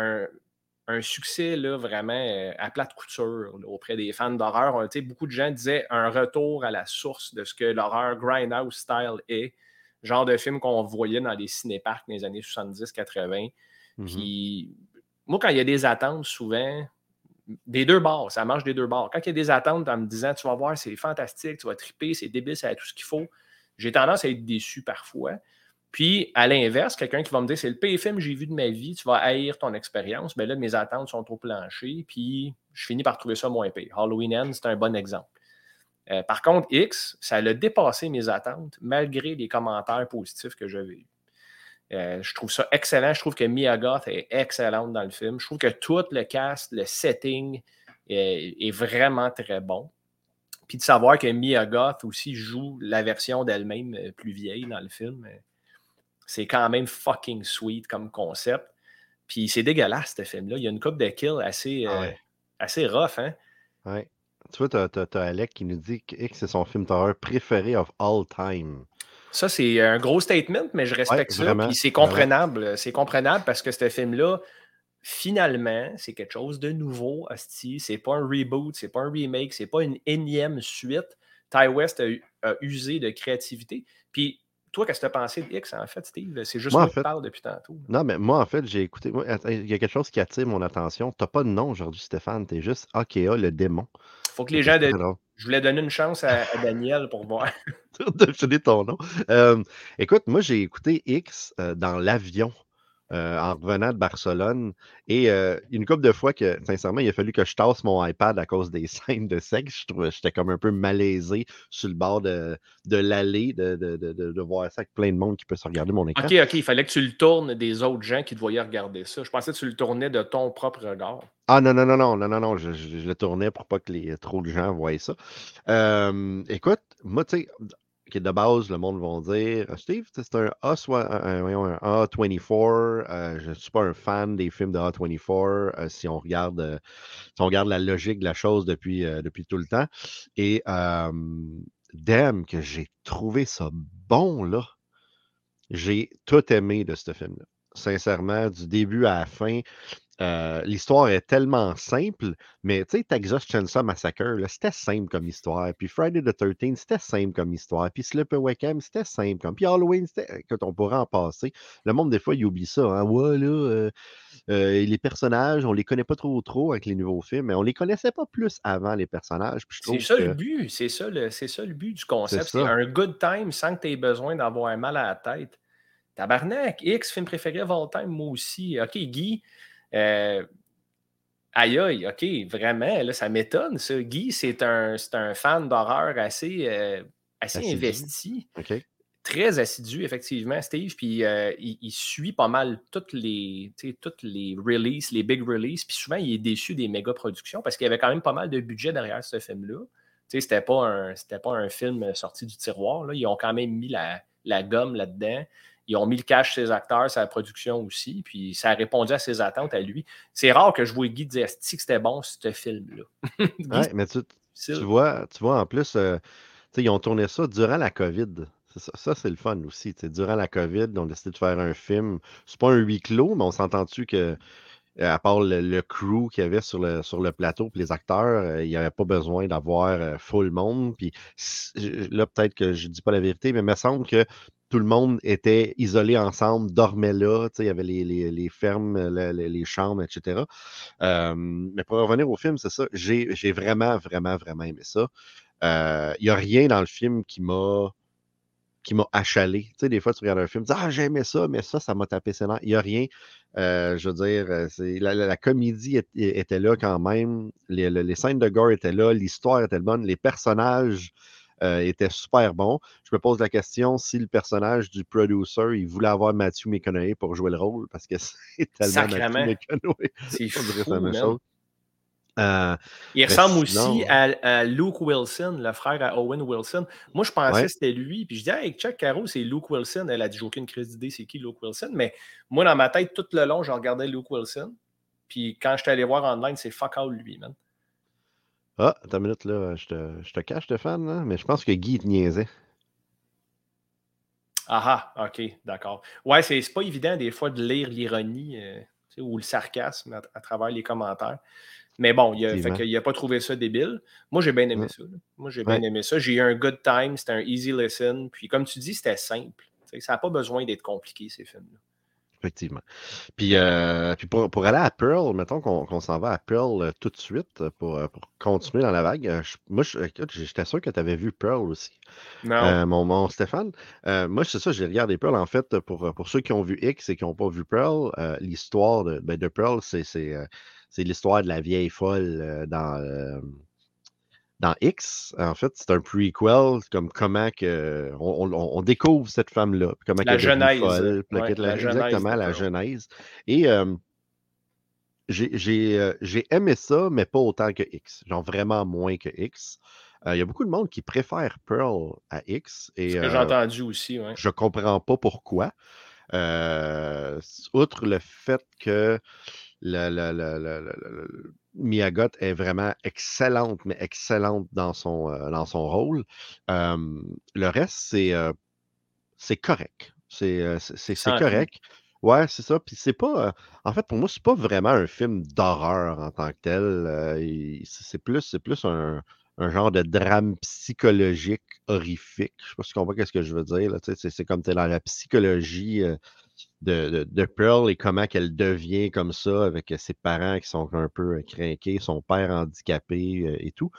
un succès là, vraiment à plate couture là, auprès des fans d'horreur. Tu sais, beaucoup de gens disaient un retour à la source de ce que l'horreur grindhouse style est. Genre de film qu'on voyait dans les cinéparcs dans les années 70-80. Puis moi, quand il y a des attentes, souvent, des deux bords, ça marche des deux bords. Quand il y a des attentes en me disant, tu vas voir, c'est fantastique, tu vas triper, c'est débile, ça a tout ce qu'il faut, j'ai tendance à être déçu parfois. Puis, à l'inverse, quelqu'un qui va me dire, c'est le pire film que j'ai vu de ma vie, tu vas haïr ton expérience, mais là, mes attentes sont trop planchées, puis je finis par trouver ça moins pire. Halloween Ends, c'est un bon exemple. Par contre, X, ça a dépassé mes attentes, malgré les commentaires positifs que j'avais eus. Je trouve ça excellent. Je trouve que Mia Goth est excellente dans le film. Je trouve que tout le cast, le setting est vraiment très bon. Puis de savoir que Mia Goth aussi joue la version d'elle-même plus vieille dans le film, c'est quand même fucking sweet comme concept. Puis c'est dégueulasse, ce film-là. Il y a une couple de kills assez rough, hein? Ouais. Tu vois, t'as Alec qui nous dit que X, c'est son film d'horreur préféré of all time. Ça, c'est un gros statement, mais je respecte ça. Vraiment, puis c'est comprenable. Vraiment. C'est comprenable parce que ce film-là, finalement, c'est quelque chose de nouveau, hostie. C'est pas un reboot, c'est pas un remake, c'est pas une énième suite. Ty West a usé de créativité. Puis toi, qu'est-ce que tu as pensé de X, en fait, Steve? C'est juste moi qui parle depuis tantôt. Non, mais moi, en fait, j'ai écouté. Il y a quelque chose qui attire mon attention. T'as pas de nom aujourd'hui, Stéphane. T'es juste Akea, le démon. Faut que les gens. Je voulais donner une chance à Daniel pour voir. de filer ton nom. Écoute, moi, j'ai écouté X dans l'avion en revenant de Barcelone. Et une couple de fois que, sincèrement, il a fallu que je tasse mon iPad à cause des scènes de sexe. J'étais comme un peu malaisé sur le bord de l'allée de voir ça avec plein de monde qui peut se regarder mon écran. OK. Il fallait que tu le tournes des autres gens qui te voyaient regarder ça. Je pensais que tu le tournais de ton propre regard. Ah non. Je le tournais pour pas que trop de gens voient ça. Écoute, moi, tu sais, de base, le monde va dire Steve, c'est un A24. Je ne suis pas un fan des films de A24 si on regarde la logique de la chose depuis tout le temps. Et damn, que j'ai trouvé ça bon, là. J'ai tout aimé de ce film-là. Sincèrement, du début à la fin. L'histoire est tellement simple, mais tu sais, Texas Chainsaw Massacre, c'était simple comme histoire. Puis Friday the 13th, c'était simple comme histoire. Puis Sleepaway Camp, c'était simple comme. Puis Halloween, écoute, on pourrait en passer. Le monde, des fois, il oublie ça. Hein? Ouais, là, les personnages, on les connaît pas trop avec les nouveaux films, mais on les connaissait pas plus avant, les personnages. C'est ça le but. C'est ça le but du concept. C'est un good time sans que tu aies besoin d'avoir un mal à la tête. Tabarnak, X, film préféré of all time, moi aussi. OK, Guy. Aïe, OK, vraiment, là, ça m'étonne, ça. Guy, c'est un fan d'horreur assez investi. Okay. Très assidu, effectivement, Steve. Puis il suit pas mal toutes les releases, les big releases. Puis souvent, il est déçu des méga productions parce qu'il y avait quand même pas mal de budget derrière ce film-là. C'était pas un film sorti du tiroir. Là. Ils ont quand même mis la gomme là-dedans. Ils ont mis le cash ses acteurs, sa production aussi, puis ça a répondu à ses attentes à lui. C'est rare que je vois Guy dire que c'était bon, ce film-là. Ouais, mais tu vois, en plus, ils ont tourné ça durant la COVID. Ça, c'est le fun aussi. Durant la COVID, ils ont décidé de faire un film. C'est pas un huis clos, mais on s'entend-tu que à part le crew qu'il y avait sur le plateau, puis les acteurs, il n'y avait pas besoin d'avoir full monde. Puis là, peut-être que je dis pas la vérité, mais il me semble que tout le monde était isolé ensemble, dormait là. Il y avait les fermes, les chambres, etc. Mais pour revenir au film, c'est ça. J'ai vraiment, vraiment, vraiment aimé ça. Il n'y a rien dans le film qui m'a achalé. Tu sais, des fois, tu regardes un film, tu dis ah, j'ai aimé ça, mais ça m'a tapé ses nerfs. Il n'y a rien. Je veux dire, la comédie était là quand même. Les scènes de gore étaient là. L'histoire était bonne. Les personnages étaient super bons. Je me pose la question si le personnage du producer, il voulait avoir Matthew McConaughey pour jouer le rôle, parce que c'est tellement Sacrément. Matthew McConaughey. C'est On dirait fou, la même man. chose. Il ressemble aussi à Luke Wilson, le frère à Owen Wilson. Moi, je pensais que c'était lui. Puis je dis, hey, Chuck Caro, c'est Luke Wilson. Elle a dit, j'ai aucune crise d'idée, c'est qui Luke Wilson. Mais moi, dans ma tête, tout le long, je regardais Luke Wilson. Puis quand je suis allé voir online, c'est fuck all lui, man. Ah, attends une minute, là. Je te cache, Stéphane, là, mais je pense que Guy te niaisait. Ah, OK, d'accord. Ouais, c'est pas évident des fois de lire l'ironie ou le sarcasme à travers les commentaires. Mais bon, il n'a pas trouvé ça débile. Moi, j'ai bien aimé ça. Moi, j'ai bien aimé ça. J'ai eu un good time. C'était un easy listen. Puis, comme tu dis, c'était simple. Ça n'a pas besoin d'être compliqué, ces films-là. Effectivement. Puis pour aller à Pearl, mettons qu'on s'en va à Pearl tout de suite pour continuer dans la vague. Écoute, j'étais sûr que tu avais vu Pearl aussi. Non. Mon Stéphane. Moi, c'est ça, j'ai regardé Pearl. En fait, pour ceux qui ont vu X et qui n'ont pas vu Pearl, l'histoire de Pearl, c'est l'histoire de la vieille folle dans X. En fait, c'est un prequel, comme comment que on découvre cette femme-là, comment la genèse. Folle, exactement, la genèse. Et j'ai aimé ça, mais pas autant que X. Genre vraiment moins que X. Il y a beaucoup de monde qui préfère Pearl à X. Et, ce que j'ai entendu aussi, oui. Je comprends pas pourquoi. Outre le fait que Mia Goth est vraiment excellente, mais excellente dans son rôle. Le reste, c'est correct. C'est correct. Ouais, c'est ça. Puis c'est pas. En fait, pour moi, c'est pas vraiment un film d'horreur en tant que tel. C'est plus un genre de drame psychologique horrifique. Je sais pas si tu comprends ce que je veux dire. Là. C'est comme tu es dans la psychologie de Pearl et comment qu'elle devient comme ça avec ses parents qui sont un peu crinqués, son père handicapé et tout.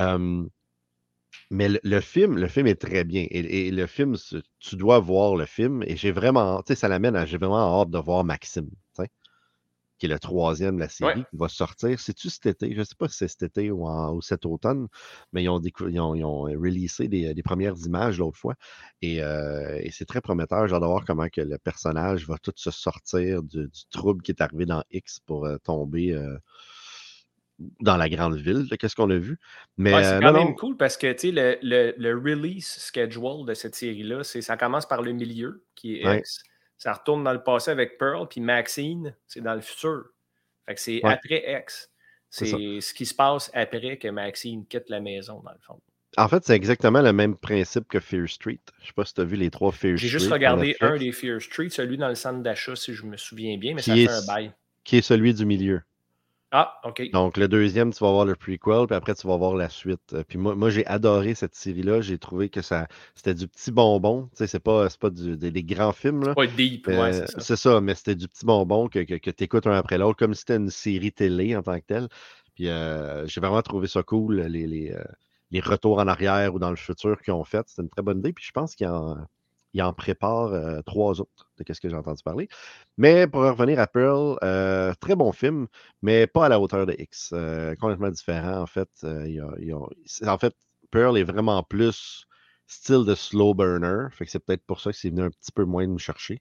Mais le film est très bien. Et le film, tu dois voir le film. Et j'ai vraiment, tu sais, ça l'amène à, j'ai vraiment hâte de voir Maxime, qui est le 3e de la série, qui va sortir. C'est-tu cet été? Je ne sais pas si c'est cet été ou cet automne, mais ils ont releasé des premières images l'autre fois. Et c'est très prometteur. J'ai hâte de voir comment que le personnage va tout se sortir du trouble qui est arrivé dans X pour tomber dans la grande ville. Qu'est-ce qu'on a vu? Mais c'est quand même cool parce que le release schedule de cette série-là, ça commence par le milieu, qui est X. Ça retourne dans le passé avec Pearl, puis Maxine, c'est dans le futur. Fait que c'est après X. C'est ce qui se passe après que Maxine quitte la maison, dans le fond. En fait, c'est exactement le même principe que Fear Street. Je ne sais pas si tu as vu les 3 Fear Street. J'ai juste regardé un des Fear Street, celui dans le centre d'achat, si je me souviens bien, mais ça fait un bail. Qui est celui du milieu. Ah, OK. Donc, le 2e, tu vas voir le prequel, puis après, tu vas voir la suite. Puis moi j'ai adoré cette série-là. J'ai trouvé que c'était du petit bonbon. Tu sais, c'est pas des grands films. Là. C'est pas deep, c'est ça. C'est ça, mais c'était du petit bonbon que tu écoutes un après l'autre, comme si c'était une série télé en tant que telle. Puis j'ai vraiment trouvé ça cool, les retours en arrière ou dans le futur qu'ils ont fait. C'était une très bonne idée. Puis je pense qu'il en prépare 3 autres, de ce que j'ai entendu parler. Mais pour revenir à Pearl, très bon film, mais pas à la hauteur de X. Complètement différent, en fait. En fait, Pearl est vraiment plus style de slow burner. Fait que c'est peut-être pour ça que c'est venu un petit peu moins de me chercher.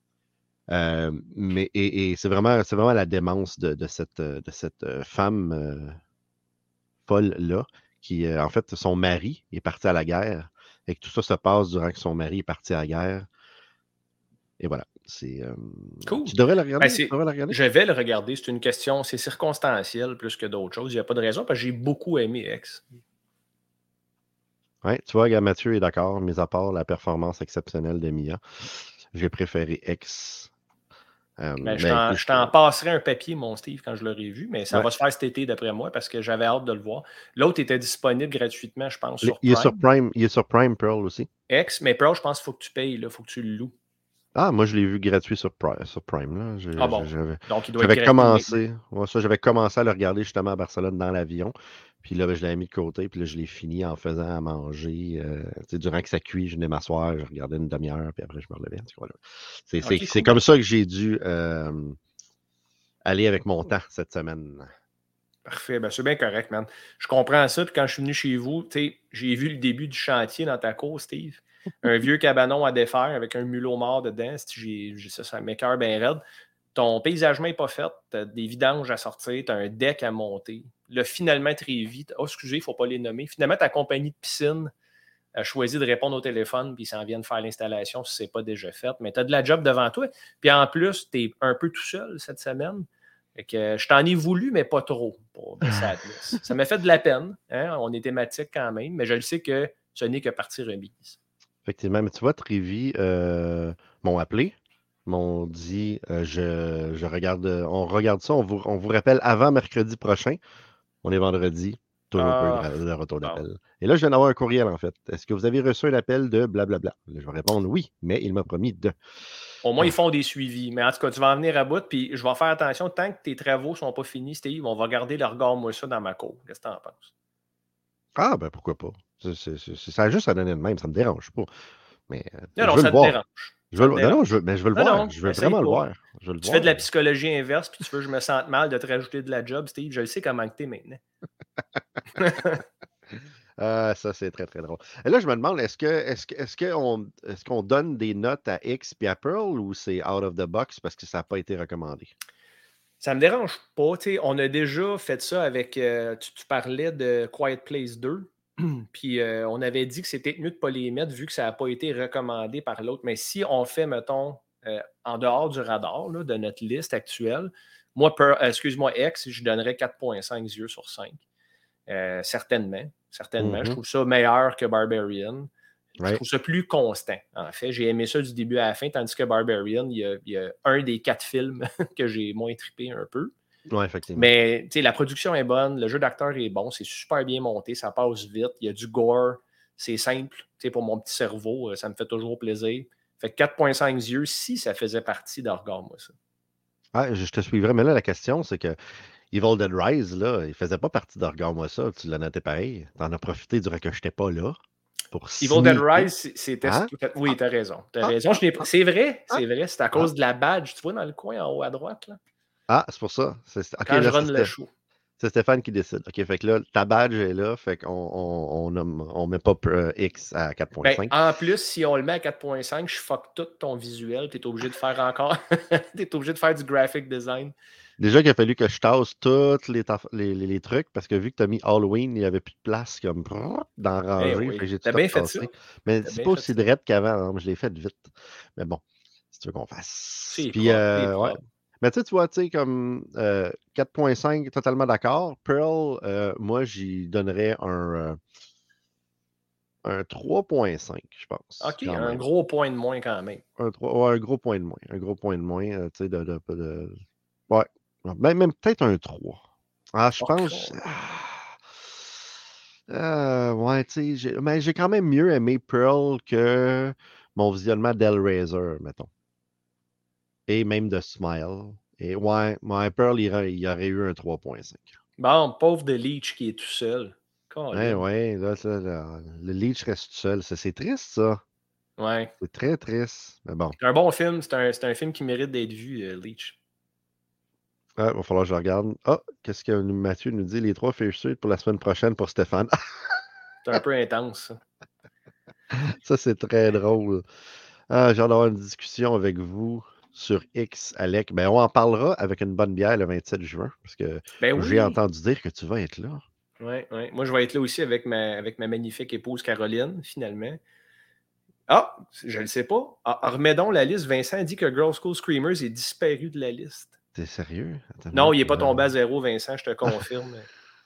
Mais c'est vraiment la démence de cette femme folle-là, qui, en fait, son mari est parti à la guerre. Et que tout ça se passe durant que son mari est parti à la guerre. Et voilà. C'est cool. Tu devrais le regarder. Je vais le regarder. C'est une question, c'est circonstanciel plus que d'autres choses. Il n'y a pas de raison parce que j'ai beaucoup aimé X. Oui, tu vois, Mathieu est d'accord, mis à part la performance exceptionnelle de Mia. J'ai préféré X Je t'en passerai un papier, mon Steve, quand je l'aurai vu, mais ça va se faire cet été, d'après moi, parce que j'avais hâte de le voir. L'autre était disponible gratuitement, je pense, sur Prime. Il est sur Prime, Pearl aussi. Mais Pearl, je pense qu'il faut que tu payes, il faut que tu le loues. Ah, moi, je l'ai vu gratuit sur Prime. Là. Bon. Donc, il doit j'avais commencé, j'avais commencé à le regarder justement à Barcelone dans l'avion. Puis là, je l'avais mis de côté. Puis là, je l'ai fini en faisant à manger. Durant que ça cuit, je venais m'asseoir, je regardais une demi-heure. Puis après, je me relevais. C'est comme ça que j'ai dû aller avec mon temps cette semaine. Parfait, c'est bien correct, man. Je comprends ça. Puis quand je suis venu chez vous, j'ai vu le début du chantier dans ta cour, Steve. Un vieux cabanon à défaire avec un mulot mort dedans. Ça m'écoeure bien raide. Ton paysagement n'est pas fait. Tu as des vidanges à sortir. Tu as un deck à monter. Là, finalement, Trévi, excusez, il ne faut pas les nommer. Finalement, ta compagnie de piscine a choisi de répondre au téléphone puis ils s'en viennent faire l'installation si ce n'est pas déjà fait. Mais tu as de la job devant toi. Puis en plus, tu es un peu tout seul cette semaine. Fait que je t'en ai voulu, mais pas trop pour Sadness. Ça m'a fait de la peine. Hein? On est thématique quand même, mais je le sais que ce n'est que partie remise. Effectivement, mais tu vois, Trévi m'ont appelé, m'ont dit on regarde ça, on vous rappelle avant mercredi prochain. On est vendredi, toujours pas eu de retour d'appel. Et là, je viens d'avoir un courriel en fait. Est-ce que vous avez reçu un appel de blablabla? Je vais répondre oui, mais il m'a promis de. Au moins, ils font des suivis. Mais en tout cas, tu vas en venir à bout, puis je vais faire attention. Tant que tes travaux ne sont pas finis, Steve, on va garder le regard, moi, ça dans ma cour. Qu'est-ce que tu en penses? Ah, ben pourquoi pas? Ça a juste à donner de même, ça me dérange pas. Mais, non, ça te dérange. Je veux le voir. Je veux vraiment le voir. Tu fais de la psychologie inverse, puis tu veux que je me sente mal de te rajouter de la job, Steve. Je le sais comment tu es maintenant. Ça, c'est très, très drôle. Et là, je me demande, est-ce qu'on donne des notes à X et à Pearl ou c'est out of the box parce que ça n'a pas été recommandé? Ça me dérange pas. On a déjà fait ça avec. Tu parlais de Quiet Place 2. Puis on avait dit que c'était mieux de ne pas les mettre vu que ça n'a pas été recommandé par l'autre. Mais si on fait, mettons, en dehors du radar là, de notre liste actuelle, moi, X, je donnerais 4,5 yeux sur 5. Certainement. Je trouve ça meilleur que Barbarian. Je trouve ça plus constant, en fait. J'ai aimé ça du début à la fin, tandis que Barbarian, il y a un des 4 films que j'ai moins trippé un peu. Oui, effectivement. Mais la production est bonne, le jeu d'acteur est bon, c'est super bien monté, ça passe vite, il y a du gore, c'est simple. Pour mon petit cerveau, ça me fait toujours plaisir. Fait que 4,5 yeux, si ça faisait partie d'Orgar, moi, ça. Ah, je te suivrai, mais là, la question, c'est que Evil Dead Rise, là, il faisait pas partie d'Orgar, moi, ça. Tu l'as noté pareil. T'en as profité durant que je n'étais pas là. Evil Dead Rise, c'était... Hein? Oui, t'as raison. C'est vrai. C'est à cause de la badge, tu vois, dans le coin en haut à droite, là. Ah, c'est pour ça. Quand je run le show. C'est Stéphane qui décide. OK, fait que là, ta badge est là, fait qu'on met pas X à 4.5. Ben, en plus, si on le met à 4.5, je fuck tout ton visuel. Tu es obligé de faire encore... tu es obligé de faire du graphic design. Déjà qu'il a fallu que je tasse tous les trucs, parce que vu que tu as mis Halloween, il n'y avait plus de place comme dans rangée. Oui. J'ai tout bien fait ça. Mais c'est pas aussi direct qu'avant. Hein, je l'ai fait vite. Mais bon, si tu veux qu'on fasse. C'est puis, ouais. Mais tu vois, comme 4.5, totalement d'accord. Pearl, moi, j'y donnerais un 3.5, je pense. OK, un gros point de moins quand même. Un gros point de moins. Un gros point de moins, tu sais, ouais. Même peut-être un 3. Ah, je pense... ouais, tu sais, mais j'ai quand même mieux aimé Pearl que mon visionnement d'Hellraiser, mettons. Et même de Smile. Et ouais, Pearl, il y aurait eu un 3.5. Bon, pauvre de Leech qui est tout seul. Ouais, là, le Leech reste tout seul. C'est triste, ça. Ouais. C'est très triste. Mais bon. C'est un bon film. C'est un film qui mérite d'être vu, Leech. Il va falloir que je regarde. Ah, qu'est-ce que Mathieu nous dit? Les 3 fiches suites pour la semaine prochaine pour Stéphane. C'est un peu intense, ça. Ça, c'est très drôle. J'ai hâte d'avoir une discussion avec vous sur X, Alec. Ben, on en parlera avec une bonne bière le 27 juin, parce que j'ai entendu dire que tu vas être là. Oui. Moi, je vais être là aussi avec ma magnifique épouse Caroline, finalement. Ah, je ne le sais pas. Remets donc la liste. Vincent dit que Girls School Screamers est disparu de la liste. T'es sérieux? Non, il n'est pas tombé à 0, Vincent, je te confirme.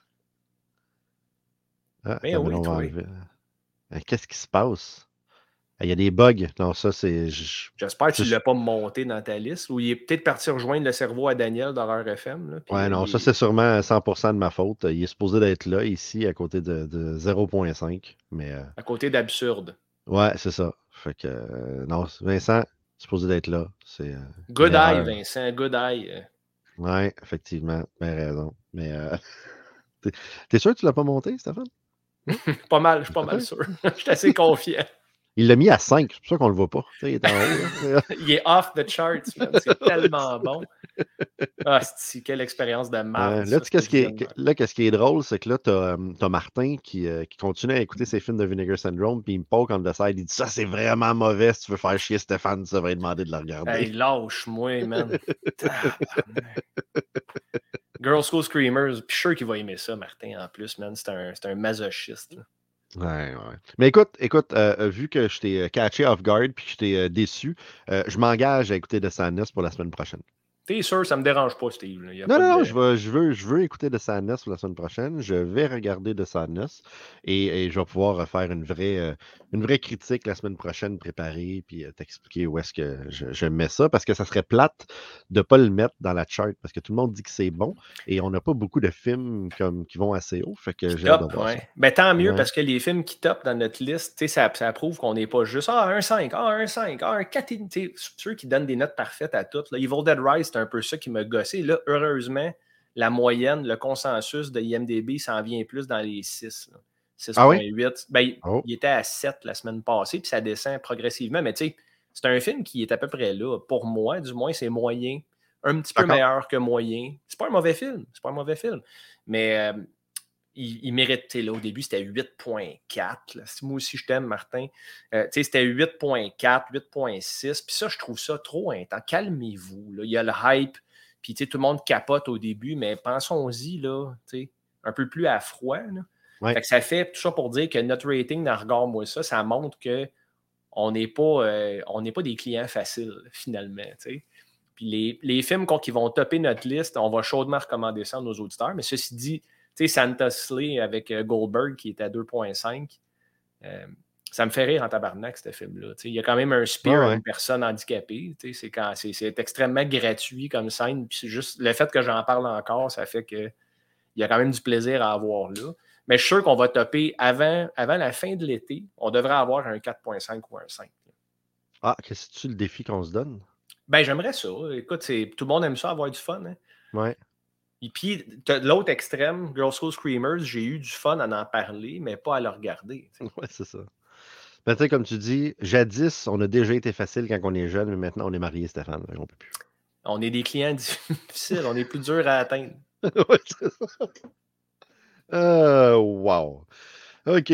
Mais oui, toi. Qu'est-ce qui se passe? Il y a des bugs. Non, ça, c'est... J'espère que tu ne l'as pas monté dans ta liste, ou il est peut-être parti rejoindre le cerveau à Daniel d'Horreur FM. Là, ouais, non, ça, c'est sûrement 100% de ma faute. Il est supposé d'être là, ici, à côté de 0.5. Mais, à côté d'absurde. Ouais, c'est ça. Fait que, non, Vincent, supposé d'être là. C'est, good eye, Vincent, good eye. Ouais, effectivement, bien raison. Mais, t'es sûr que tu l'as pas monté, Stéphane? Pas mal, je suis pas mal sûr. Je suis assez confiant. Il l'a mis à 5, c'est pour ça qu'on le voit pas. Il est en haut. Il est off the charts, man. C'est tellement bon. Ah, quelle expérience de merde. Là, qu'est-ce qui est drôle, c'est que là, t'as Martin qui continue à écouter ses films de Vinegar Syndrome, puis il me poke on the side, il dit ça, c'est vraiment mauvais. Si tu veux faire chier Stéphane, tu devrais demander de le regarder. Hey, lâche-moi, man. Girl School Screamers, puis je suis sûr qu'il va aimer ça, Martin, en plus, man. C'est un masochiste. Là. Ouais. Mais écoute, vu que je t'ai catché off guard puis que je t'ai déçu, je m'engage à écouter The Sadness pour la semaine prochaine. T'es sûr, ça me dérange pas, Steve. Non, je veux écouter The Sadness pour la semaine prochaine. Je vais regarder The Sadness et je vais pouvoir faire une vraie critique la semaine prochaine préparée puis t'expliquer où est-ce que je mets ça parce que ça serait plate de ne pas le mettre dans la chart parce que tout le monde dit que c'est bon et on n'a pas beaucoup de films qui vont assez haut. Fait que j'ai hâte de voir ça. Ben, tant mieux parce que les films qui topent dans notre liste, ça prouve qu'on n'est pas juste un 5, un 5, un 4. Ceux qui donnent des notes parfaites à toutes. Là. Evil Dead Rise, c'est un peu ça qui m'a gossé. Là, heureusement, la moyenne, le consensus de IMDb s'en vient plus dans les 6. 6.8. Ah oui? Ben, il était à 7 la semaine passée, puis ça descend progressivement. Mais tu sais, c'est un film qui est à peu près là. Pour moi, du moins, c'est moyen. Un petit peu meilleur que moyen. C'est pas un mauvais film. Mais il mérite. Là, au début, c'était 8.4. Moi aussi, je t'aime, Martin. C'était 8.4, 8.6. Puis ça, je trouve ça trop intense. Calmez-vous. Là. Il y a le hype. Puis tout le monde capote au début, mais pensons-y, là, un peu plus à froid. Là. Ouais. Fait que ça fait tout ça pour dire que notre rating dans Regarde-moi ça montre qu'on n'est pas des clients faciles, finalement. T'sais. Puis les films qui vont topper notre liste, on va chaudement recommander ça à nos auditeurs. Mais ceci dit, Santa Slay avec Goldberg qui est à 2.5, ça me fait rire en tabarnak, ce film-là. Il y a quand même un spear à une personne handicapée. C'est extrêmement gratuit comme scène. Puis c'est juste le fait que j'en parle encore, ça fait qu'il y a quand même du plaisir à avoir là. Mais je suis sûr qu'on va topper avant la fin de l'été. On devrait avoir un 4.5 ou un 5. Ah, qu'est-ce que c'est le défi qu'on se donne? Ben, j'aimerais ça. Écoute, tout le monde aime ça, avoir du fun. Hein? Ouais. Et puis, de l'autre extrême, Girl School Screamers, j'ai eu du fun à en parler, mais pas à le regarder. Ouais, c'est ça. Ben, tu sais, comme tu dis, jadis, on a déjà été facile quand on est jeune, mais maintenant, on est marié, Stéphane. On peut plus. On est des clients difficiles. On est plus durs à atteindre. Ouais, c'est ça. Wow. OK.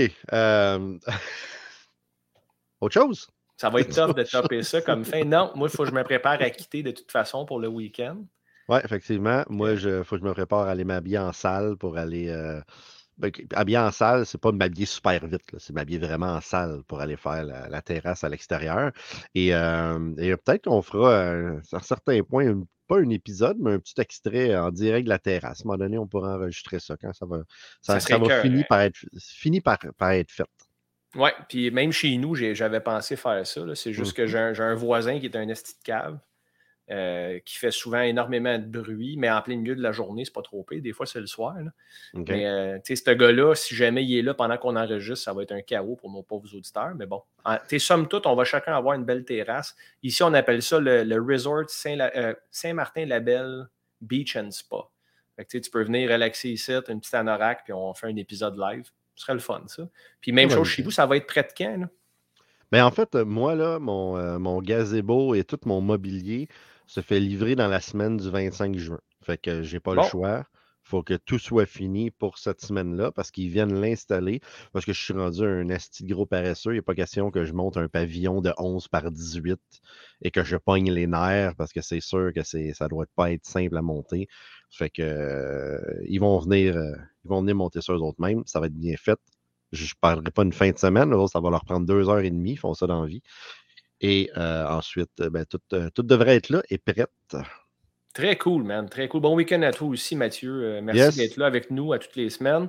Autre chose? Ça va être tough de topper ça comme fin. Non, moi, il faut que je me prépare à quitter de toute façon pour le week-end. Oui, effectivement. Moi, il faut que je me prépare à aller m'habiller en salle pour aller... habiller en salle, c'est pas m'habiller super vite. C'est m'habiller vraiment en salle pour aller faire la terrasse à l'extérieur. Et peut-être qu'on fera, à certains points, pas un épisode, mais un petit extrait en direct de la terrasse. À un moment donné, on pourra enregistrer ça quand ça va finir par être fait. Oui, puis même chez nous, j'avais pensé faire ça. Là. C'est juste que j'ai un voisin qui est un esti de cave. Qui fait souvent énormément de bruit, mais en plein milieu de la journée, c'est pas trop pire. Des fois, c'est le soir. Là. Okay. Mais ce gars-là, si jamais il est là pendant qu'on enregistre, ça va être un chaos pour nos pauvres auditeurs. Mais bon, somme toute, on va chacun avoir une belle terrasse. Ici, on appelle ça le Resort Saint-Martin-Labelle Beach and Spa. Fait que, tu peux venir relaxer ici, une petite anorak, puis on fait un épisode live. Ce serait le fun, ça. Puis même chose chez vous, ça va être près de quand? Là? Ben, en fait, moi, là, mon gazebo et tout mon mobilier se fait livrer dans la semaine du 25 juin. Fait que j'ai pas le choix. Il faut que tout soit fini pour cette semaine-là parce qu'ils viennent l'installer. Parce que je suis rendu un asti de gros paresseux. Il n'y a pas question que je monte un pavillon de 11 par 18 et que je pogne les nerfs parce que c'est sûr que ça doit pas être simple à monter. Fait que ils vont venir monter ça eux-mêmes. Ça va être bien fait. Je ne parlerai pas une fin de semaine. Ça va leur prendre 2h30. Ils font ça dans la vie. Et ensuite, tout devrait être là et prête. Très cool, man. Très cool. Bon week-end à toi aussi, Mathieu. Merci d'être là avec nous à toutes les semaines.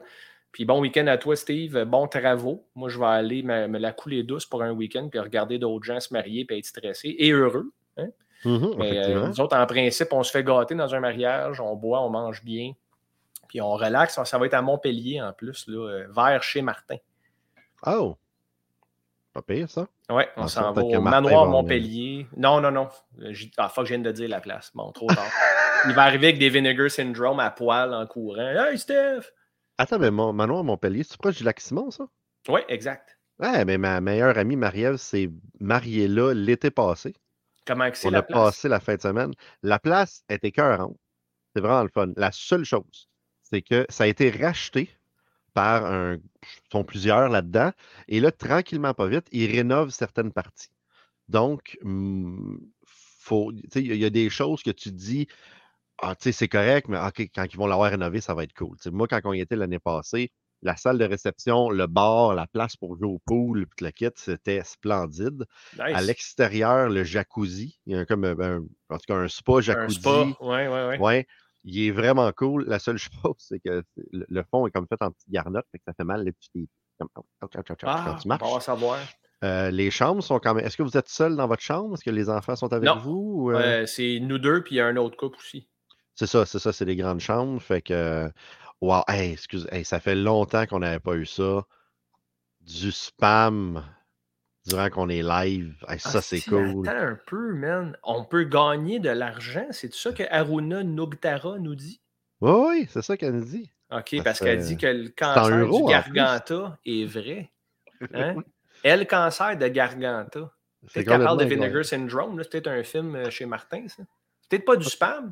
Puis bon week-end à toi, Steve. Bons travaux. Moi, je vais aller me la couler douce pour un week-end puis regarder d'autres gens se marier puis être stressés et heureux. Hein? Mais nous autres, en principe, on se fait gâter dans un mariage. On boit, on mange bien. Puis on relaxe. Ça va être à Montpellier en plus, là, vers chez Martin. Oh! Pas pire, ça? Oui, on s'en va au Manoir Montpellier. Non. Fuck, je viens de dire la place. Bon, trop tard. Il va arriver avec des Vinegar Syndrome à poil en courant. Hey, Steph! Attends, mais Manoir Montpellier, c'est proche du Lac-Simon, ça? Oui, exact. Ouais, mais ma meilleure amie, Marie-Ève, s'est mariée là l'été passé. Comment que c'est la place? On a passé la fin de semaine. La place est écœurante. C'est vraiment le fun. La seule chose, c'est que ça a été racheté par sont plusieurs là-dedans. Et là, tranquillement, pas vite, ils rénovent certaines parties. Donc, il y a des choses que tu dis, c'est correct, mais OK, quand ils vont l'avoir rénové, ça va être cool. T'sais, moi, quand on y était l'année passée, la salle de réception, le bar, la place pour jouer au pool, tout le kit, c'était splendide. Nice. À l'extérieur, le jacuzzi, il y a comme en tout cas un spa jacuzzi. Un spa, oui. Ouais, il est vraiment cool. La seule chose, c'est que le fond est comme fait en petite garnotte, fait que ça fait mal les petits pieds. Quand tu marches. On va savoir. Les chambres sont quand même. Est-ce que vous êtes seul dans votre chambre? Est-ce que les enfants sont avec vous? C'est nous deux, puis il y a un autre couple aussi. C'est ça, c'est des grandes chambres. Fait que. Wow, ça fait longtemps qu'on n'avait pas eu ça. Du spam durant qu'on est live. Ça, c'est cool. Attends un peu, man. On peut gagner de l'argent. C'est ça que Aruna Nugtara nous dit? Oui, c'est ça qu'elle nous dit. OK, parce qu'elle dit que le cancer du Garganta est vrai. Hein? Le cancer de Garganta. Peut-être qu'elle parle de Vinegar Syndrome. C'est peut-être un film chez Martin, ça. C'est peut-être pas du spam.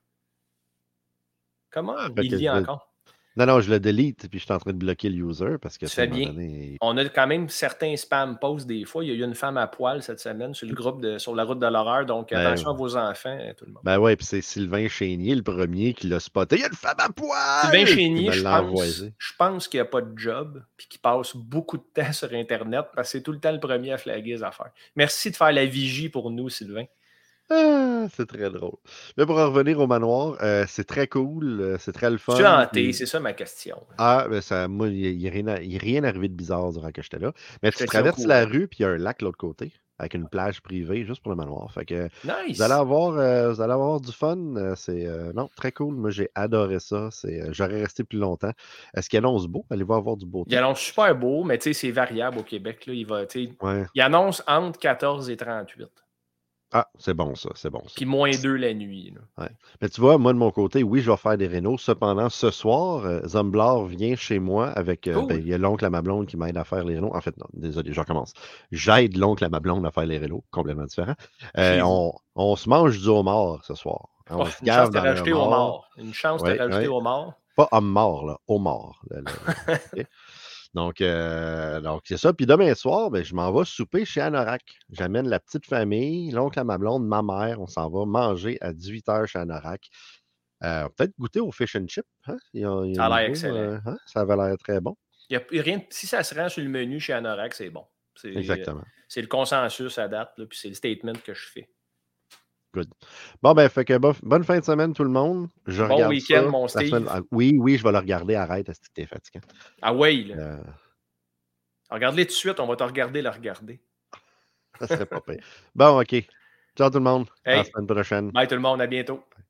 Comment? Il lit encore. Non, je le delete puis je suis en train de bloquer le user parce que ça bien. On a quand même certains spam posts des fois. Il y a eu une femme à poil cette semaine sur le groupe sur la route de l'horreur. Donc, attention à vos enfants, tout le monde. Ben ouais, puis c'est Sylvain Chénier, le premier, qui l'a spoté. Il y a une femme à poil! Sylvain Chénier, je pense qu'il n'y a pas de job puis qu'il passe beaucoup de temps sur Internet parce que c'est tout le temps le premier à flaguer les affaires. Merci de faire la vigie pour nous, Sylvain. C'est très drôle. Mais pour en revenir au manoir, c'est très cool, c'est très le fun. Tu es hanté, c'est ça ma question. Moi, il n'y a rien arrivé de bizarre durant que j'étais là. Mais tu traverses la rue, puis il y a un lac de l'autre côté, avec une plage privée juste pour le manoir. Fait que nice. vous allez avoir du fun. C'est très cool. Moi, j'ai adoré ça. J'aurais resté plus longtemps. Est-ce qu'il annonce beau? Allez-vous avoir du beau temps? Il annonce super beau, mais c'est variable au Québec. Là. Il annonce entre 14 et 38. Ah, c'est bon ça. Puis -2 la nuit. Là. Ouais. Mais tu vois, moi de mon côté, oui, je vais faire des rénaux. Cependant, ce soir, Zomblard vient chez moi avec. Il y a l'oncle à ma blonde qui m'aide à faire les rénaux. En fait, non, désolé, je recommence. J'aide l'oncle à ma blonde à faire les rénaux, complètement différent. On se mange du homard ce soir. On se gave dans le homard. Une chance de rajouter homard. Pas homme mort, là, homard. Okay. Donc, c'est ça. Puis demain soir, je m'en vais souper chez Anorak. J'amène la petite famille, l'oncle à ma blonde, ma mère. On s'en va manger à 18h chez Anorak. Peut-être goûter au fish and chip. Hein? Ça a l'air excellent. Ça avait l'air très bon. Il y a rien, si ça se rend sur le menu chez Anorak, c'est bon. Exactement. C'est le consensus à date, là, puis c'est le statement que je fais. Good. Bon, fait que bonne fin de semaine, tout le monde. Bon week-end, mon Steve. Oui, je vais le regarder. Arrête, est-ce que t'es fatiguant? Ah oui, là. Regarde-les tout de suite, on va te regarder, le regarder. Ça serait pas pire. Bon, OK. Ciao tout le monde. Hey. À la semaine prochaine. Bye tout le monde, à bientôt.